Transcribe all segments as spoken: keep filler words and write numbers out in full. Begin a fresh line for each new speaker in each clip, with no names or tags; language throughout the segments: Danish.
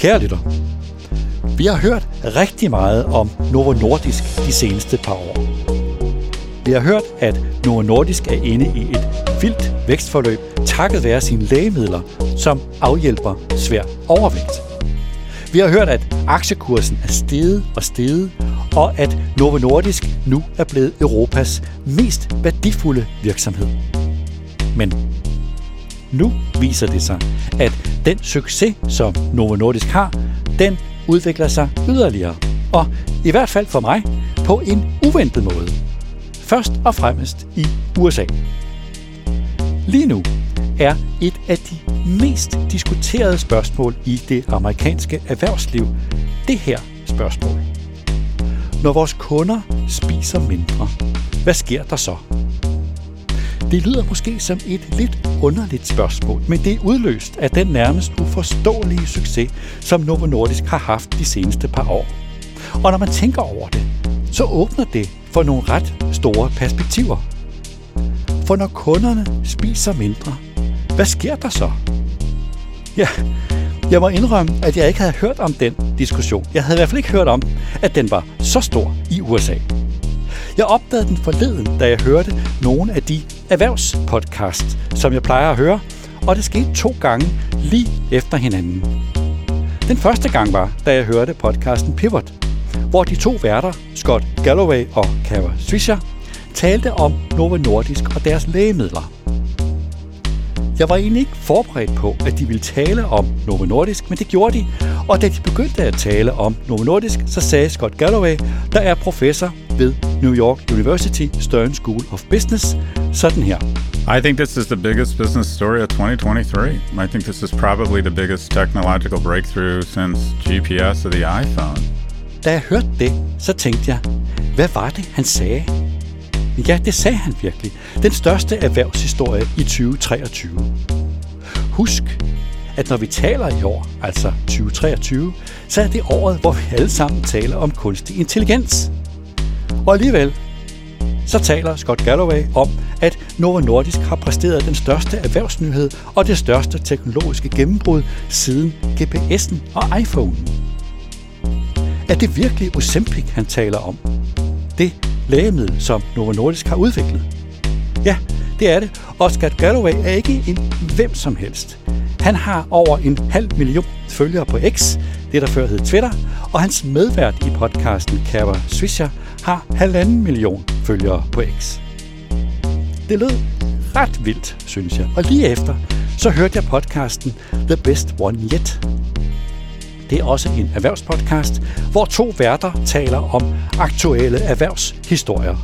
Kære lytter, vi har hørt rigtig meget om Novo Nordisk de seneste par år. Vi har hørt, at Novo Nordisk er inde i et vildt vækstforløb takket være sine lægemidler, som afhjælper svær overvægt. Vi har hørt, at aktiekursen er steget og steget, og at Novo Nordisk nu er blevet Europas mest værdifulde virksomhed. Men nu viser det sig, at den succes, som Novo Nordisk har, den udvikler sig yderligere. Og i hvert fald for mig, på en uventet måde. Først og fremmest i U S A. Lige nu er et af de mest diskuterede spørgsmål i det amerikanske erhvervsliv det her spørgsmål. Når vores kunder spiser mindre, hvad sker der så? Det lyder måske som et lidt underligt spørgsmål, men det er udløst af den nærmest uforståelige succes, som Novo Nordisk har haft de seneste par år. Og når man tænker over det, så åbner det for nogle ret store perspektiver. For når kunderne spiser mindre, hvad sker der så? Ja, jeg må indrømme, at jeg ikke havde hørt om den diskussion. Jeg havde i hvert fald ikke hørt om, at den var så stor i U S A. Jeg opdagede den forleden, da jeg hørte nogle af de erhvervspodcasts, som jeg plejer at høre, og det skete to gange lige efter hinanden. Den første gang var, da jeg hørte podcasten Pivot, hvor de to værter, Scott Galloway og Kara Swisher, talte om Novo Nordisk og deres lægemidler. Jeg var egentlig ikke forberedt på, at de ville tale om Novo Nordisk, men det gjorde de, og da de begyndte at tale om Novo Nordisk, så sagde Scott Galloway, der er professor ved New York University Stern School of Business, sådan her.
I think this is the biggest business story of twenty twenty-three. I think this is probably the biggest technological breakthrough since G P S og the iPhone.
Da jeg hørte det, så tænkte jeg, hvad var det, han sagde? Ja, det sagde han virkelig. Den største erhvervshistorie i tyve treogtyve. Husk, at når vi taler i år, altså tyve treogtyve, så er det året, hvor vi alle sammen taler om kunstig intelligens. Og alligevel, så taler Scott Galloway om, at Novo Nordisk har præsteret den største erhvervsnyhed og det største teknologiske gennembrud siden G P S'en og iPhone'en. Er det virkelig Ozempic, han taler om? Det lægemiddel, som Novo Nordisk har udviklet? Ja, det er det. Og Scott Galloway er ikke en hvem som helst. Han har over en halv million følgere på X, det der før hed Twitter, og hans medvært i podcasten, Kara Swisher, har halvanden million følgere på X. Det lød ret vildt, synes jeg. Og lige efter, så hørte jeg podcasten The Best One Yet. Det er også en erhvervspodcast, hvor to værter taler om aktuelle erhvervshistorier.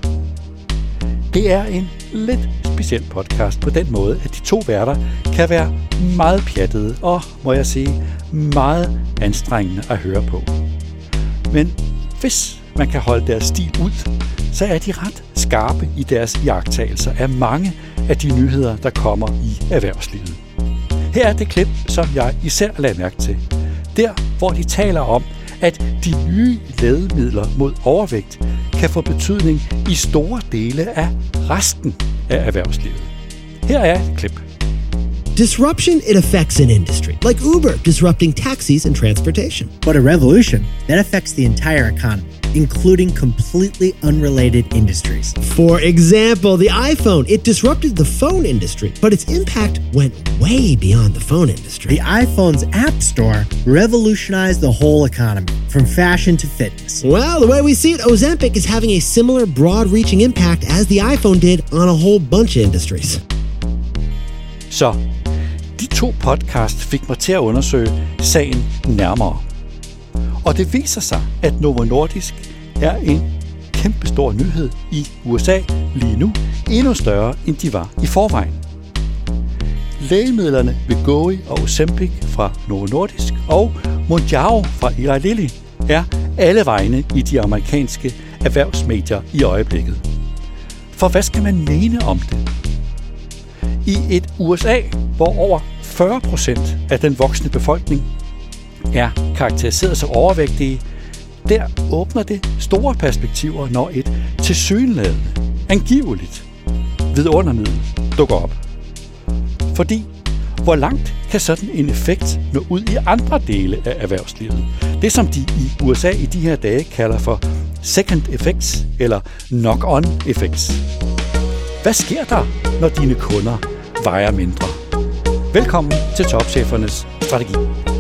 Det er en lidt speciel podcast på den måde, at de to værter kan være meget pjattede og, må jeg sige, meget anstrengende at høre på. Men hvis man kan holde deres stil ud, så er de ret skarpe i deres iagttagelser af mange af de nyheder, der kommer i erhvervslivet. Her er det klip, som jeg især lader mærke til. Der, hvor de taler om, at de nye lægemidler mod overvægt kan få betydning i store dele af resten af erhvervslivet. Her er et klip.
Disruption, it affects an industry, like Uber disrupting taxis and transportation.
But a revolution, that affects the entire economy, including completely unrelated industries.
For example, the iPhone, it disrupted the phone industry, but its impact went way beyond the phone industry.
The iPhone's App Store revolutionized the whole economy, from fashion to fitness.
Well, the way we see it, Ozempic is having a similar broad-reaching impact as the iPhone did on a whole bunch of industries.
Så de to podcast fik mig til at undersøge sagen nærmere. Og det viser sig, at Novo Nordisk er en kæmpestor nyhed i U S A lige nu, endnu større end de var i forvejen. Lægemidlerne Wegovy og Ozempic fra Novo Nordisk og Mounjaro fra Eli Lilly er alle vegne i de amerikanske erhvervsmedier i øjeblikket. For hvad skal man mene om det? I et U S A, hvor over fyrre procent af den voksne befolkning er karakteriseret som overvægtige, der åbner det store perspektiver, når et tilsyneladende, angiveligt vidundermiddel dukker op. Fordi Hvor langt kan sådan en effekt nå ud i andre dele af erhvervslivet? Det, som de i U S A i de her dage kalder for second effects eller knock-on effects. Hvad sker der, når dine kunder vejer mindre? Velkommen til Topchefernes Strategi.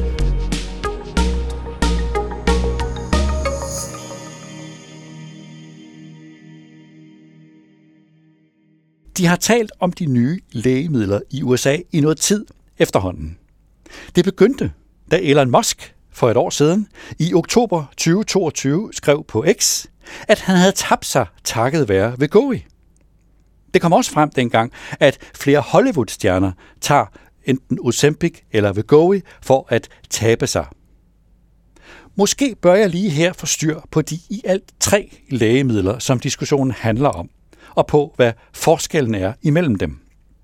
De har talt om de nye lægemidler i U S A i noget tid efterhånden. Det begyndte, da Elon Musk for et år siden i oktober tyve toogtyve skrev på X, at han havde tabt sig takket være Wegovy. Det kom også frem dengang, at flere Hollywood-stjerner tager enten Ozempic eller Wegovy for at tabe sig. Måske bør jeg lige her få styr på de i alt tre lægemidler, som diskussionen handler om, og på, hvad forskellen er imellem dem.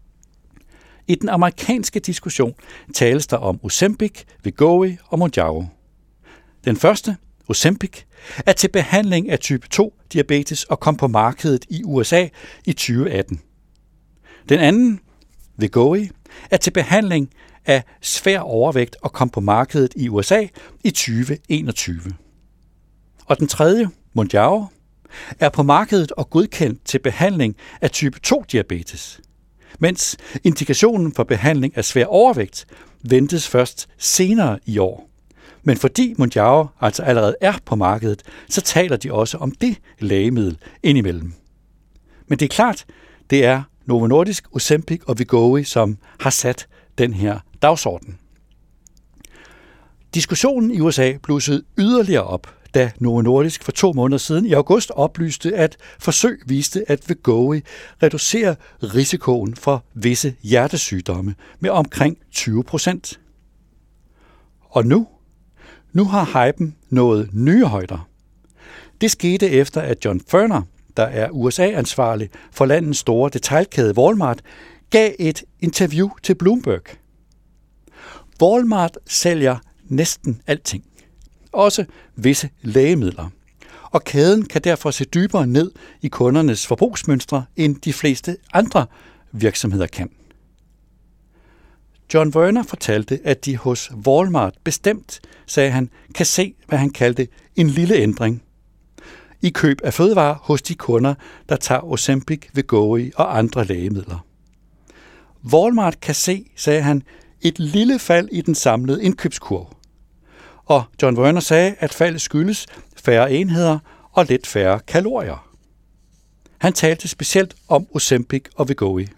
I den amerikanske diskussion tales der om Ozempic, Wegovy og Mounjaro. Den første, Ozempic, er til behandling af type to diabetes og kom på markedet i U S A i tyve atten. Den anden, Wegovy, er til behandling af svær overvægt og kom på markedet i U S A i tyve enogtyve. Og den tredje, Mounjaro, er på markedet og godkendt til behandling af type to diabetes, mens indikationen for behandling af svær overvægt ventes først senere i år. Men fordi Mounjaro altså allerede er på markedet, så taler de også om det lægemiddel indimellem. Men det er klart, det er Novo Nordisk, Ozempic og Wegovy, som har sat den her dagsorden. Diskussionen i U S A blussede yderligere op, da Novo Nordisk for to måneder siden i august oplyste, at forsøg viste, at Wegovy reducerer risikoen for visse hjertesygdomme med omkring tyve procent. Og nu? Nu har hypen nået nye højder. Det skete efter, at John Furner, der er U S A-ansvarlig for landets store detailkæde Walmart, gav et interview til Bloomberg. Walmart sælger næsten alting, også visse lægemidler, og kæden kan derfor se dybere ned i kundernes forbrugsmønstre, end de fleste andre virksomheder kan. John Werner fortalte, at de hos Walmart bestemt, sagde han, kan se, hvad han kaldte en lille ændring i køb af fødevarer hos de kunder, der tager Ozempic, Wegovy og andre lægemidler. Walmart kan se, sagde han, et lille fald i den samlede indkøbskurv. Og John Werner sagde, at faldet skyldes færre enheder og lidt færre kalorier. Han talte specielt om Ozempic og Wegovy.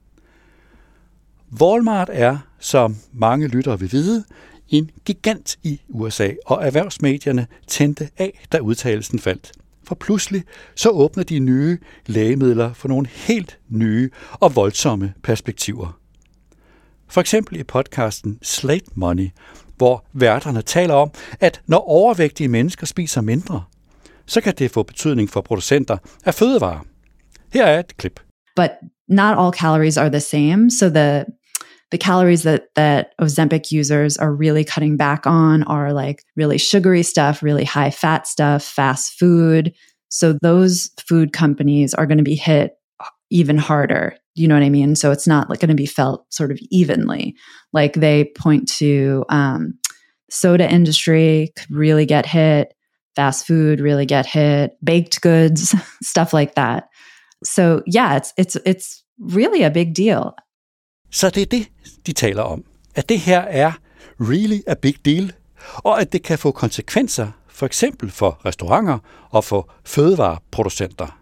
Walmart er, som mange lyttere vil vide, en gigant i U S A, og erhvervsmedierne tændte af, da udtalelsen faldt. For pludselig så åbner de nye lægemidler for nogle helt nye og voldsomme perspektiver. For eksempel i podcasten Slate Money, hvor værterne taler om, at når overvægtige mennesker spiser mindre, så kan det få betydning for producenter af fødevarer. Her er et klip.
But not all calories are the same, so the the calories that that Ozempic users are really cutting back on are like really sugary stuff, really high fat stuff, fast food. So those food companies are going to be hit even harder. You know what I mean? So it's not like going to be felt sort of evenly. Like they point to um, soda industry could really get hit, fast food really get hit, baked goods, stuff like that. So yeah, it's it's it's really a big deal.
Så det er det, de taler om. At det her er really a big deal, og at det kan få konsekvenser, for eksempel for restauranter og for fødevareproducenter.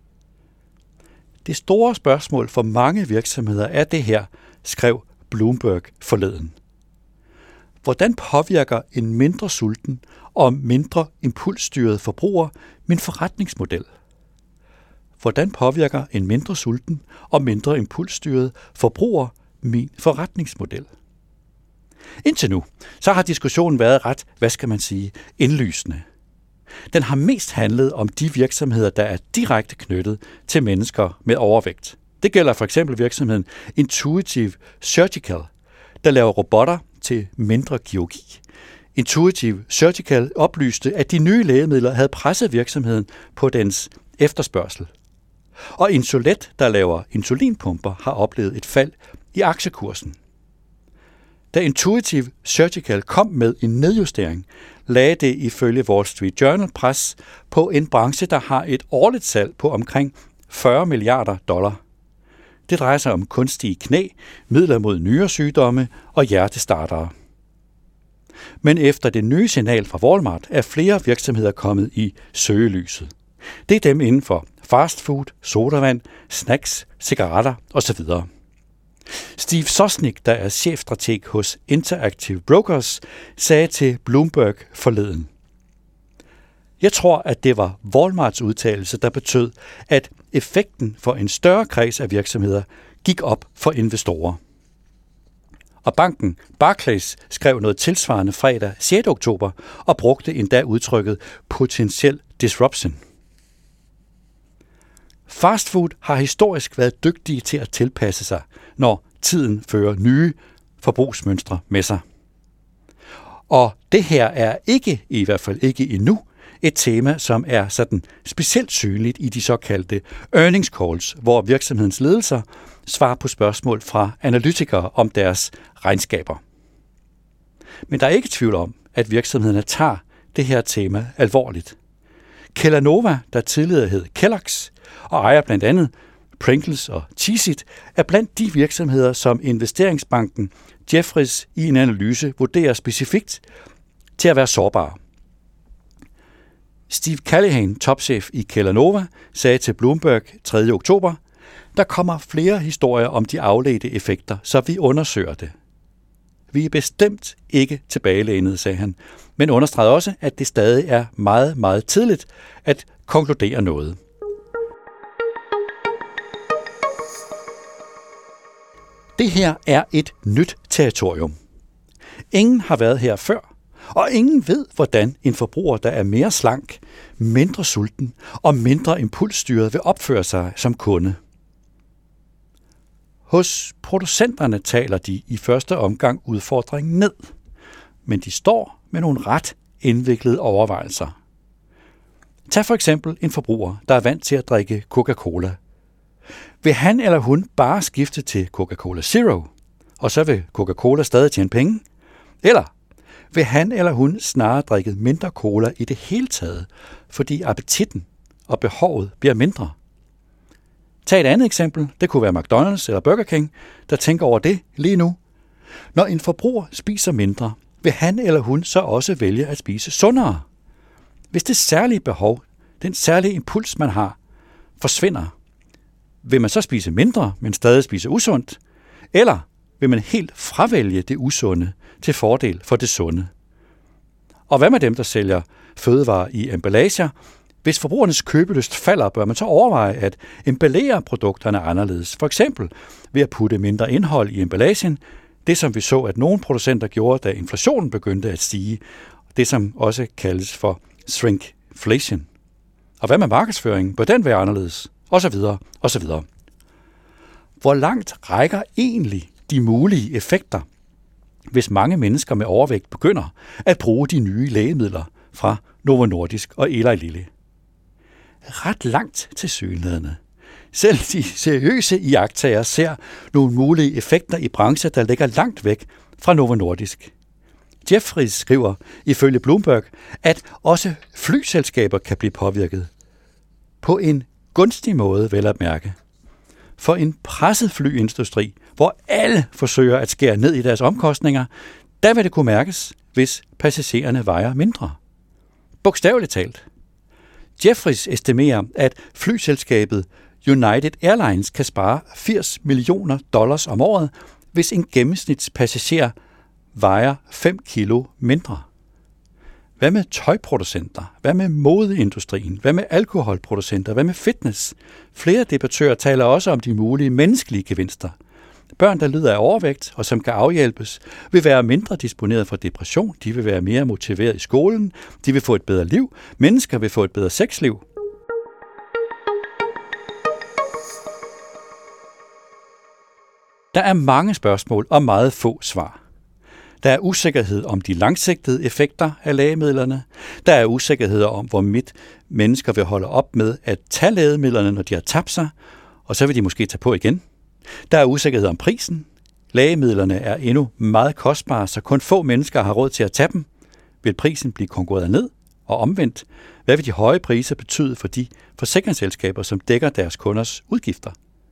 Det store spørgsmål for mange virksomheder er det her, skrev Bloomberg forleden. Hvordan påvirker en mindre sulten og mindre impulsstyret forbruger min forretningsmodel? Hvordan påvirker en mindre sulten og mindre impulsstyret forbruger min forretningsmodel? Indtil nu, så har diskussionen været ret, hvad skal man sige, indlysende. Den har mest handlet om de virksomheder, der er direkte knyttet til mennesker med overvægt. Det gælder for eksempel virksomheden Intuitive Surgical, der laver robotter til mindre kirurgi. Intuitive Surgical oplyste, at de nye lægemidler havde presset virksomheden på dens efterspørgsel. Og Insulet, der laver insulinpumper, har oplevet et fald i aktiekursen. Da Intuitive Surgical kom med en nedjustering, lagde det ifølge Wall Street Journal pres på en branche, der har et årligt salg på omkring fyrre milliarder dollar. Det drejer sig om kunstige knæ, midler mod nyresygdomme og hjertestartere. Men efter det nye signal fra Walmart er flere virksomheder kommet i søgelyset. Det er dem inden for fast food, sodavand, snacks, cigaretter osv. Steve Sosnick, der er chefstrateg hos Interactive Brokers, sagde til Bloomberg forleden: Jeg tror, at det var Walmarts udtalelse, der betød, at effekten for en større kreds af virksomheder gik op for investorer. Og banken Barclays skrev noget tilsvarende fredag sjette oktober og brugte endda udtrykket potentiel disruption. Fastfood har historisk været dygtige til at tilpasse sig, når tiden fører nye forbrugsmønstre med sig. Og det her er ikke, i hvert fald ikke endnu, et tema, som er sådan specielt synligt i de såkaldte earnings calls, hvor virksomhedens ledelser svarer på spørgsmål fra analytikere om deres regnskaber. Men der er ikke tvivl om, at virksomhederne tager det her tema alvorligt. Kellanova, der tidligere hed Kellogg's og ejer blandt andet Pringles og Cheez-It, er blandt de virksomheder, som investeringsbanken Jefferies i en analyse vurderer specifikt til at være sårbare. Steve Callaghan, topchef i Kellanova, sagde til Bloomberg tredje oktober, der kommer flere historier om de afledte effekter, så vi undersøger det. Vi er bestemt ikke tilbagelænede, sagde han, men understregede også, at det stadig er meget, meget tidligt at konkludere noget. Det her er et nyt territorium. Ingen har været her før, og ingen ved, hvordan en forbruger, der er mere slank, mindre sulten og mindre impulsstyret, vil opføre sig som kunde. Hos producenterne taler de i første omgang udfordringen ned, men de står med nogle ret indviklede overvejelser. Tag for eksempel en forbruger, der er vant til at drikke Coca-Cola. Vil han eller hun bare skifte til Coca-Cola Zero, og så vil Coca-Cola stadig tjene penge? Eller vil han eller hun snarere drikke mindre cola i det hele taget, fordi appetitten og behovet bliver mindre? Tag et andet eksempel. Det kunne være McDonald's eller Burger King, der tænker over det lige nu. Når en forbruger spiser mindre, vil han eller hun så også vælge at spise sundere. Hvis det særlige behov, den særlige impuls, man har, forsvinder, vil man så spise mindre, men stadig spise usundt? Eller vil man helt fravælge det usunde til fordel for det sunde? Og hvad med dem, der sælger fødevarer i emballager? Hvis forbrugernes købelyst falder, bør man så overveje at emballere produkterne anderledes. For eksempel ved at putte mindre indhold i emballagen. Det, som vi så, at nogle producenter gjorde, da inflationen begyndte at stige. Det, som også kaldes for shrinkflation. Og hvad med markedsføringen? Bør den være anderledes? Og så videre, og så videre. Hvor langt rækker egentlig de mulige effekter, hvis mange mennesker med overvægt begynder at bruge de nye lægemidler fra Novo Nordisk og Eli Lilly? Ret langt til synlædende. Selv de seriøse iagttagere ser nogle mulige effekter i brancher, der ligger langt væk fra Novo Nordisk. Jefferies skriver ifølge Bloomberg, at også flyselskaber kan blive påvirket. På en gunstig måde, vel at mærke. For en presset flyindustri, hvor alle forsøger at skære ned i deres omkostninger, der vil det kunne mærkes, hvis passagererne vejer mindre. Bogstaveligt talt. Jefferies estimerer, at flyselskabet United Airlines kan spare firs millioner dollars om året, hvis en gennemsnitspassager vejer fem kilo mindre. Hvad med tøjproducenter? Hvad med modeindustrien? Hvad med alkoholproducenter? Hvad med fitness? Flere debattører taler også om de mulige menneskelige gevinster. Børn, der lider af overvægt og som kan afhjælpes, vil være mindre disponeret for depression. De vil være mere motiveret i skolen. De vil få et bedre liv. Mennesker vil få et bedre sexliv. Der er mange spørgsmål og meget få svar. Der er usikkerhed om de langsigtede effekter af lægemidlerne. Der er usikkerhed om, hvorvidt mennesker vil holde op med at tage lægemidlerne, når de har tabt sig, og så vil de måske tage på igen. Der er usikkerhed om prisen. lægemidlerne er endnu meget kostbare, så kun få mennesker har råd til at tage dem, vil prisen blive konkurreret ned, og omvendt, hvad vil de høje priser betyde for de forsikringsselskaber, som dækker deres kunders udgifter?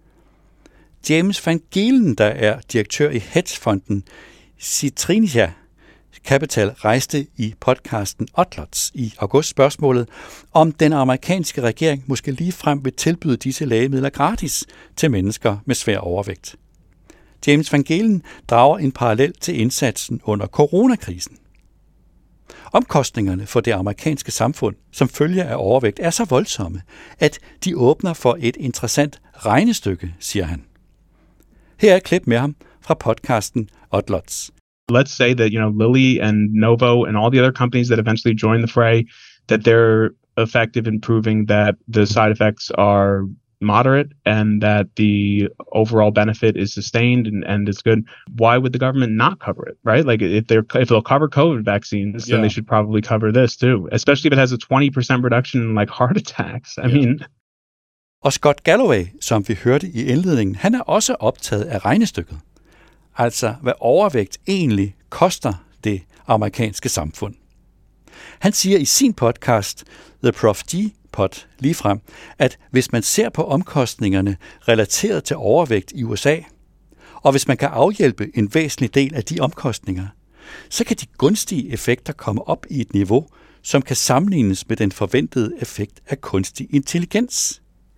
James Van Galen, der er direktør i hedgefonden Citrinia Capital, rejste i podcasten Odlots i august spørgsmålet, om den amerikanske regering måske ligefrem vil tilbyde disse lægemidler gratis til mennesker med svær overvægt. James Van Galen drager en parallel til indsatsen under coronakrisen. Omkostningerne for det amerikanske samfund som følge af overvægt er så voldsomme, at de åbner for et interessant regnestykke, siger han. Her er et klip med ham fra podcasten Odlots.
Let's say that, you know, Lilly and Novo and all the other companies that eventually join the fray, that they're effective in proving that the side effects are moderate and that the overall benefit is sustained and, and is good. Why would the government not cover it, right? Like if they're if they'll cover COVID vaccines, yeah. then they should probably cover this too, especially if it has a twenty percent reduction in like heart attacks. I yeah. mean.
Og Scott Galloway, som vi hørte i indledningen, han er også optaget af regnestykket. Altså, hvad overvægt egentlig koster det amerikanske samfund. Han siger i sin podcast, The Prof G Pod, ligefrem, at hvis man ser på omkostningerne relateret til overvægt i U S A, og hvis man kan afhjælpe en væsentlig del af de omkostninger, så kan de gunstige effekter komme op i et niveau, som kan sammenlignes med den forventede effekt af kunstig intelligens.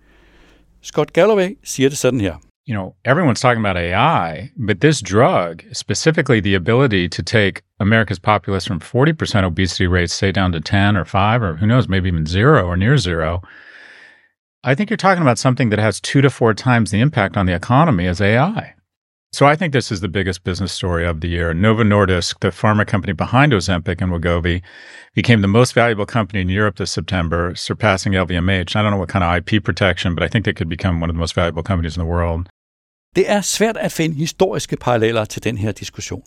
Scott Galloway siger det sådan her.
You know, everyone's talking about A I, but this drug, specifically the ability to take America's populace from forty percent obesity rates, say down to ten or five, or who knows, maybe even zero or near zero, I think you're talking about something that has two to four times the impact on the economy as A I. So I think this is the biggest business story of the year. Novo Nordisk, the pharma company behind Ozempic and Wegovy, became the most valuable company in Europe this September, surpassing L V M H. I don't know what kind of I P protection, but I think they could become one of the most valuable companies in the world.
Det er svært at finde historiske paralleller til den her diskussion.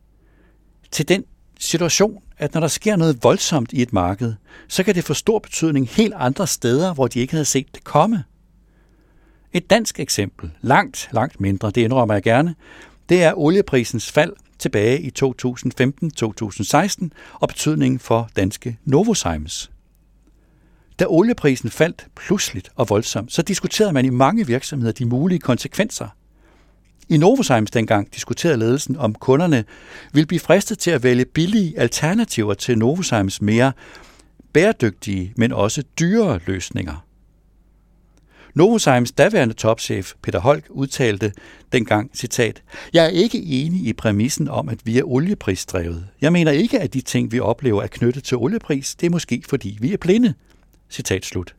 Til den situation, at når der sker noget voldsomt i et marked, så kan det få stor betydning helt andre steder, hvor de ikke havde set det komme. Et dansk eksempel, langt, langt mindre, det indrømmer jeg gerne, det er olieprisens fald tilbage i to tusind femten til to tusind seksten og betydningen for danske Novozymes. Da olieprisen faldt pludseligt og voldsomt, så diskuterede man i mange virksomheder de mulige konsekvenser. I Novozymes dengang diskuterede ledelsen, om kunderne ville blive fristet til at vælge billige alternativer til Novozymes mere bæredygtige, men også dyrere løsninger. Novozymes daværende topchef Peter Holk udtalte dengang, citat, jeg er ikke enig i præmissen om, at vi er olieprisdrevet. Jeg mener ikke, at de ting, vi oplever, er knyttet til oliepris. Det er måske, fordi vi er blinde. Citat slut.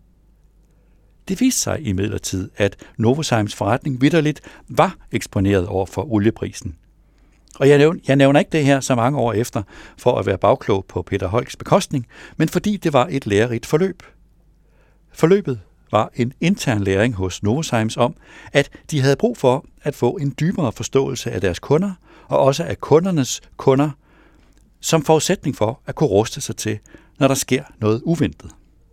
Det viste sig imidlertid, at Novozymes forretning vitterligt var eksponeret over for olieprisen. Og jeg nævner, jeg nævner ikke det her så mange år efter, for at være bagklog på Peter Holks bekostning, men fordi det var et lærerigt forløb. Forløbet var en intern læring hos Novozymes om, at de havde brug for at få en dybere forståelse af deres kunder, og også af kundernes kunder, som forudsætning for at kunne ruste sig til, når der sker noget uventet.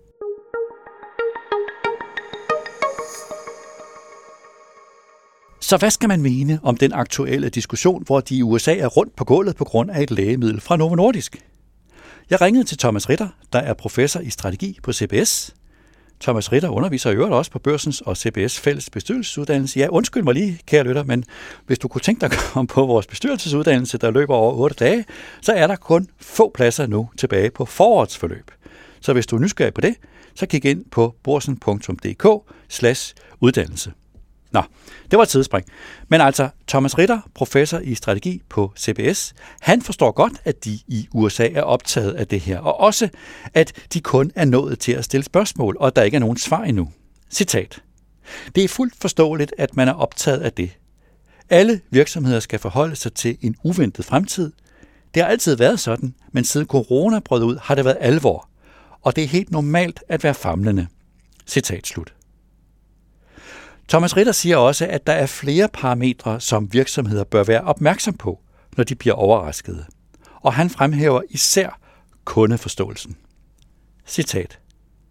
Så hvad skal man mene om den aktuelle diskussion, hvor de i U S A er rundt på gulvet på grund af et lægemiddel fra Novo Nordisk? Jeg ringede til Thomas Ritter, der er professor i strategi på C B S. Thomas Ritter underviser i øvrigt også på Børsens og C B S fælles bestyrelsesuddannelse. Ja, undskyld mig lige, kære lytter, men hvis du kunne tænke dig at komme på vores bestyrelsesuddannelse, der løber over otte dage, så er der kun få pladser nu tilbage på forårsforløb. Så hvis du er nysgerrig på det, så kig ind på borsen punktum d k slash uddannelse. Nå, det var et tidsspring. Men altså, Thomas Ritter, professor i strategi på C B S, han forstår godt, at de i U S A er optaget af det her, og også, at de kun er nået til at stille spørgsmål, og der ikke er nogen svar endnu. Citat. Det er fuldt forståeligt, at man er optaget af det. Alle virksomheder skal forholde sig til en uventet fremtid. Det har altid været sådan, men siden corona brød ud, har det været alvor. Og det er helt normalt at være famlende. Citat slut. Thomas Ritter siger også, at der er flere parametre, som virksomheder bør være opmærksom på, når de bliver overraskede. Og han fremhæver især kundeforståelsen. Citat.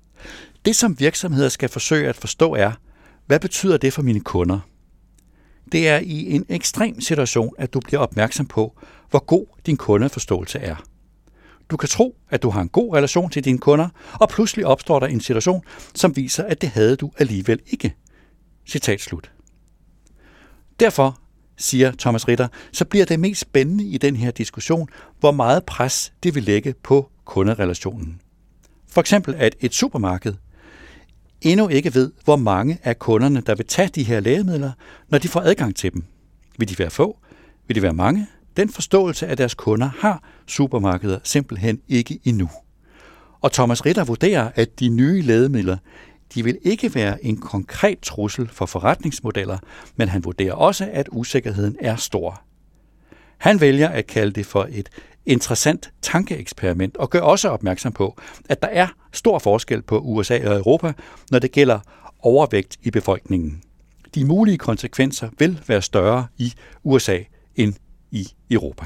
Det, som virksomheder skal forsøge at forstå er, hvad betyder det for mine kunder? Det er i en ekstrem situation, at du bliver opmærksom på, hvor god din kundeforståelse er. Du kan tro, at du har en god relation til dine kunder, og pludselig opstår der en situation, som viser, at det havde du alligevel ikke. Citat slut. Derfor, siger Thomas Ritter, så bliver det mest spændende i den her diskussion, hvor meget pres det vil lægge på kunderelationen. For eksempel, at et supermarked endnu ikke ved, hvor mange af kunderne, der vil tage de her lægemidler, når de får adgang til dem. Vil de være få? Vil de være mange? Den forståelse af deres kunder har supermarkeder simpelthen ikke endnu. Og Thomas Ritter vurderer, at de nye lægemidler, de vil ikke være en konkret trussel for forretningsmodeller, men han vurderer også, at usikkerheden er stor. Han vælger at kalde det for et interessant tankeeksperiment og gør også opmærksom på, at der er stor forskel på U S A og Europa, når det gælder overvægt i befolkningen. De mulige konsekvenser vil være større i U S A end i Europa.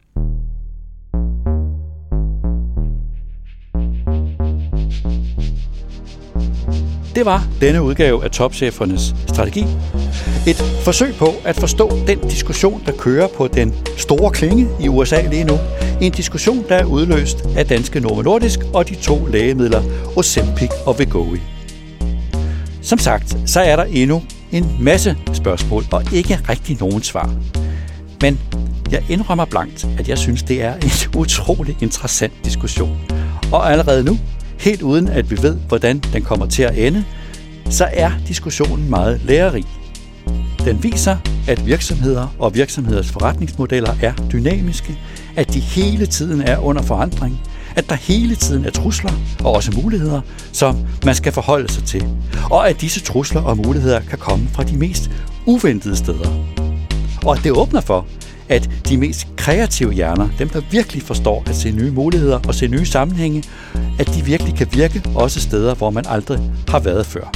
Det var denne udgave af Topchefernes Strategi. Et forsøg på at forstå den diskussion, der kører på den store klinge i U S A lige nu. En diskussion, der er udløst af danske Novo Nordisk og de to lægemidler Ozempic og Wegovy. Som sagt, så er der endnu en masse spørgsmål og ikke rigtig nogen svar. Men jeg indrømmer blankt, at jeg synes, det er en utrolig interessant diskussion. Og allerede nu, helt uden at vi ved, hvordan den kommer til at ende, så er diskussionen meget lærerig. Den viser, at virksomheder og virksomheders forretningsmodeller er dynamiske, at de hele tiden er under forandring, at der hele tiden er trusler og også muligheder, som man skal forholde sig til, og at disse trusler og muligheder kan komme fra de mest uventede steder. Og at det åbner for, at de mest kreative hjerner, dem der virkelig forstår at se nye muligheder og se nye sammenhænge, at de virkelig kan virke også steder, hvor man aldrig har været før.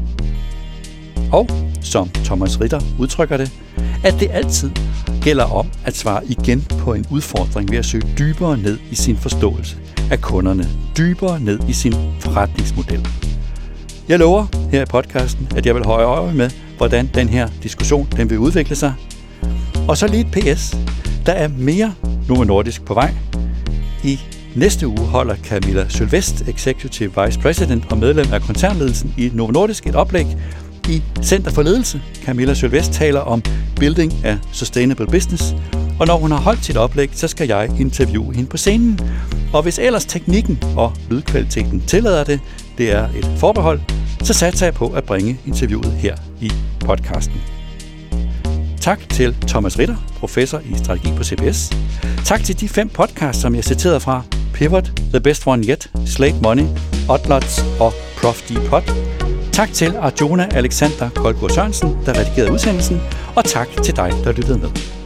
Og, som Thomas Ritter udtrykker det, at det altid gælder om at svare igen på en udfordring ved at søge dybere ned i sin forståelse af kunderne, dybere ned i sin forretningsmodel. Jeg lover her i podcasten, at jeg vil holde øje med, hvordan den her diskussion den vil udvikle sig. Og så lige et P S. Der er mere Novo Nordisk på vej. I næste uge holder Camilla Sylvest, Executive Vice President og medlem af koncernledelsen i Novo Nordisk, et oplæg i Center for Ledelse. Camilla Sylvest taler om Building a Sustainable Business, og når hun har holdt sit oplæg, så skal jeg interviewe hende på scenen. Og hvis ellers teknikken og lydkvaliteten tillader det, det er et forbehold, så satser jeg på at bringe interviewet her i podcasten. Tak til Thomas Ritter, professor i strategi på C B S. Tak til de fem podcasts, som jeg citerede fra: Pivot, The Best One Yet, Slate Money, Odlots og ProfDPod. Tak til Arjuna Alexander Kolkur Sørensen, der redigerede udsendelsen, og tak til dig, der lyttede med.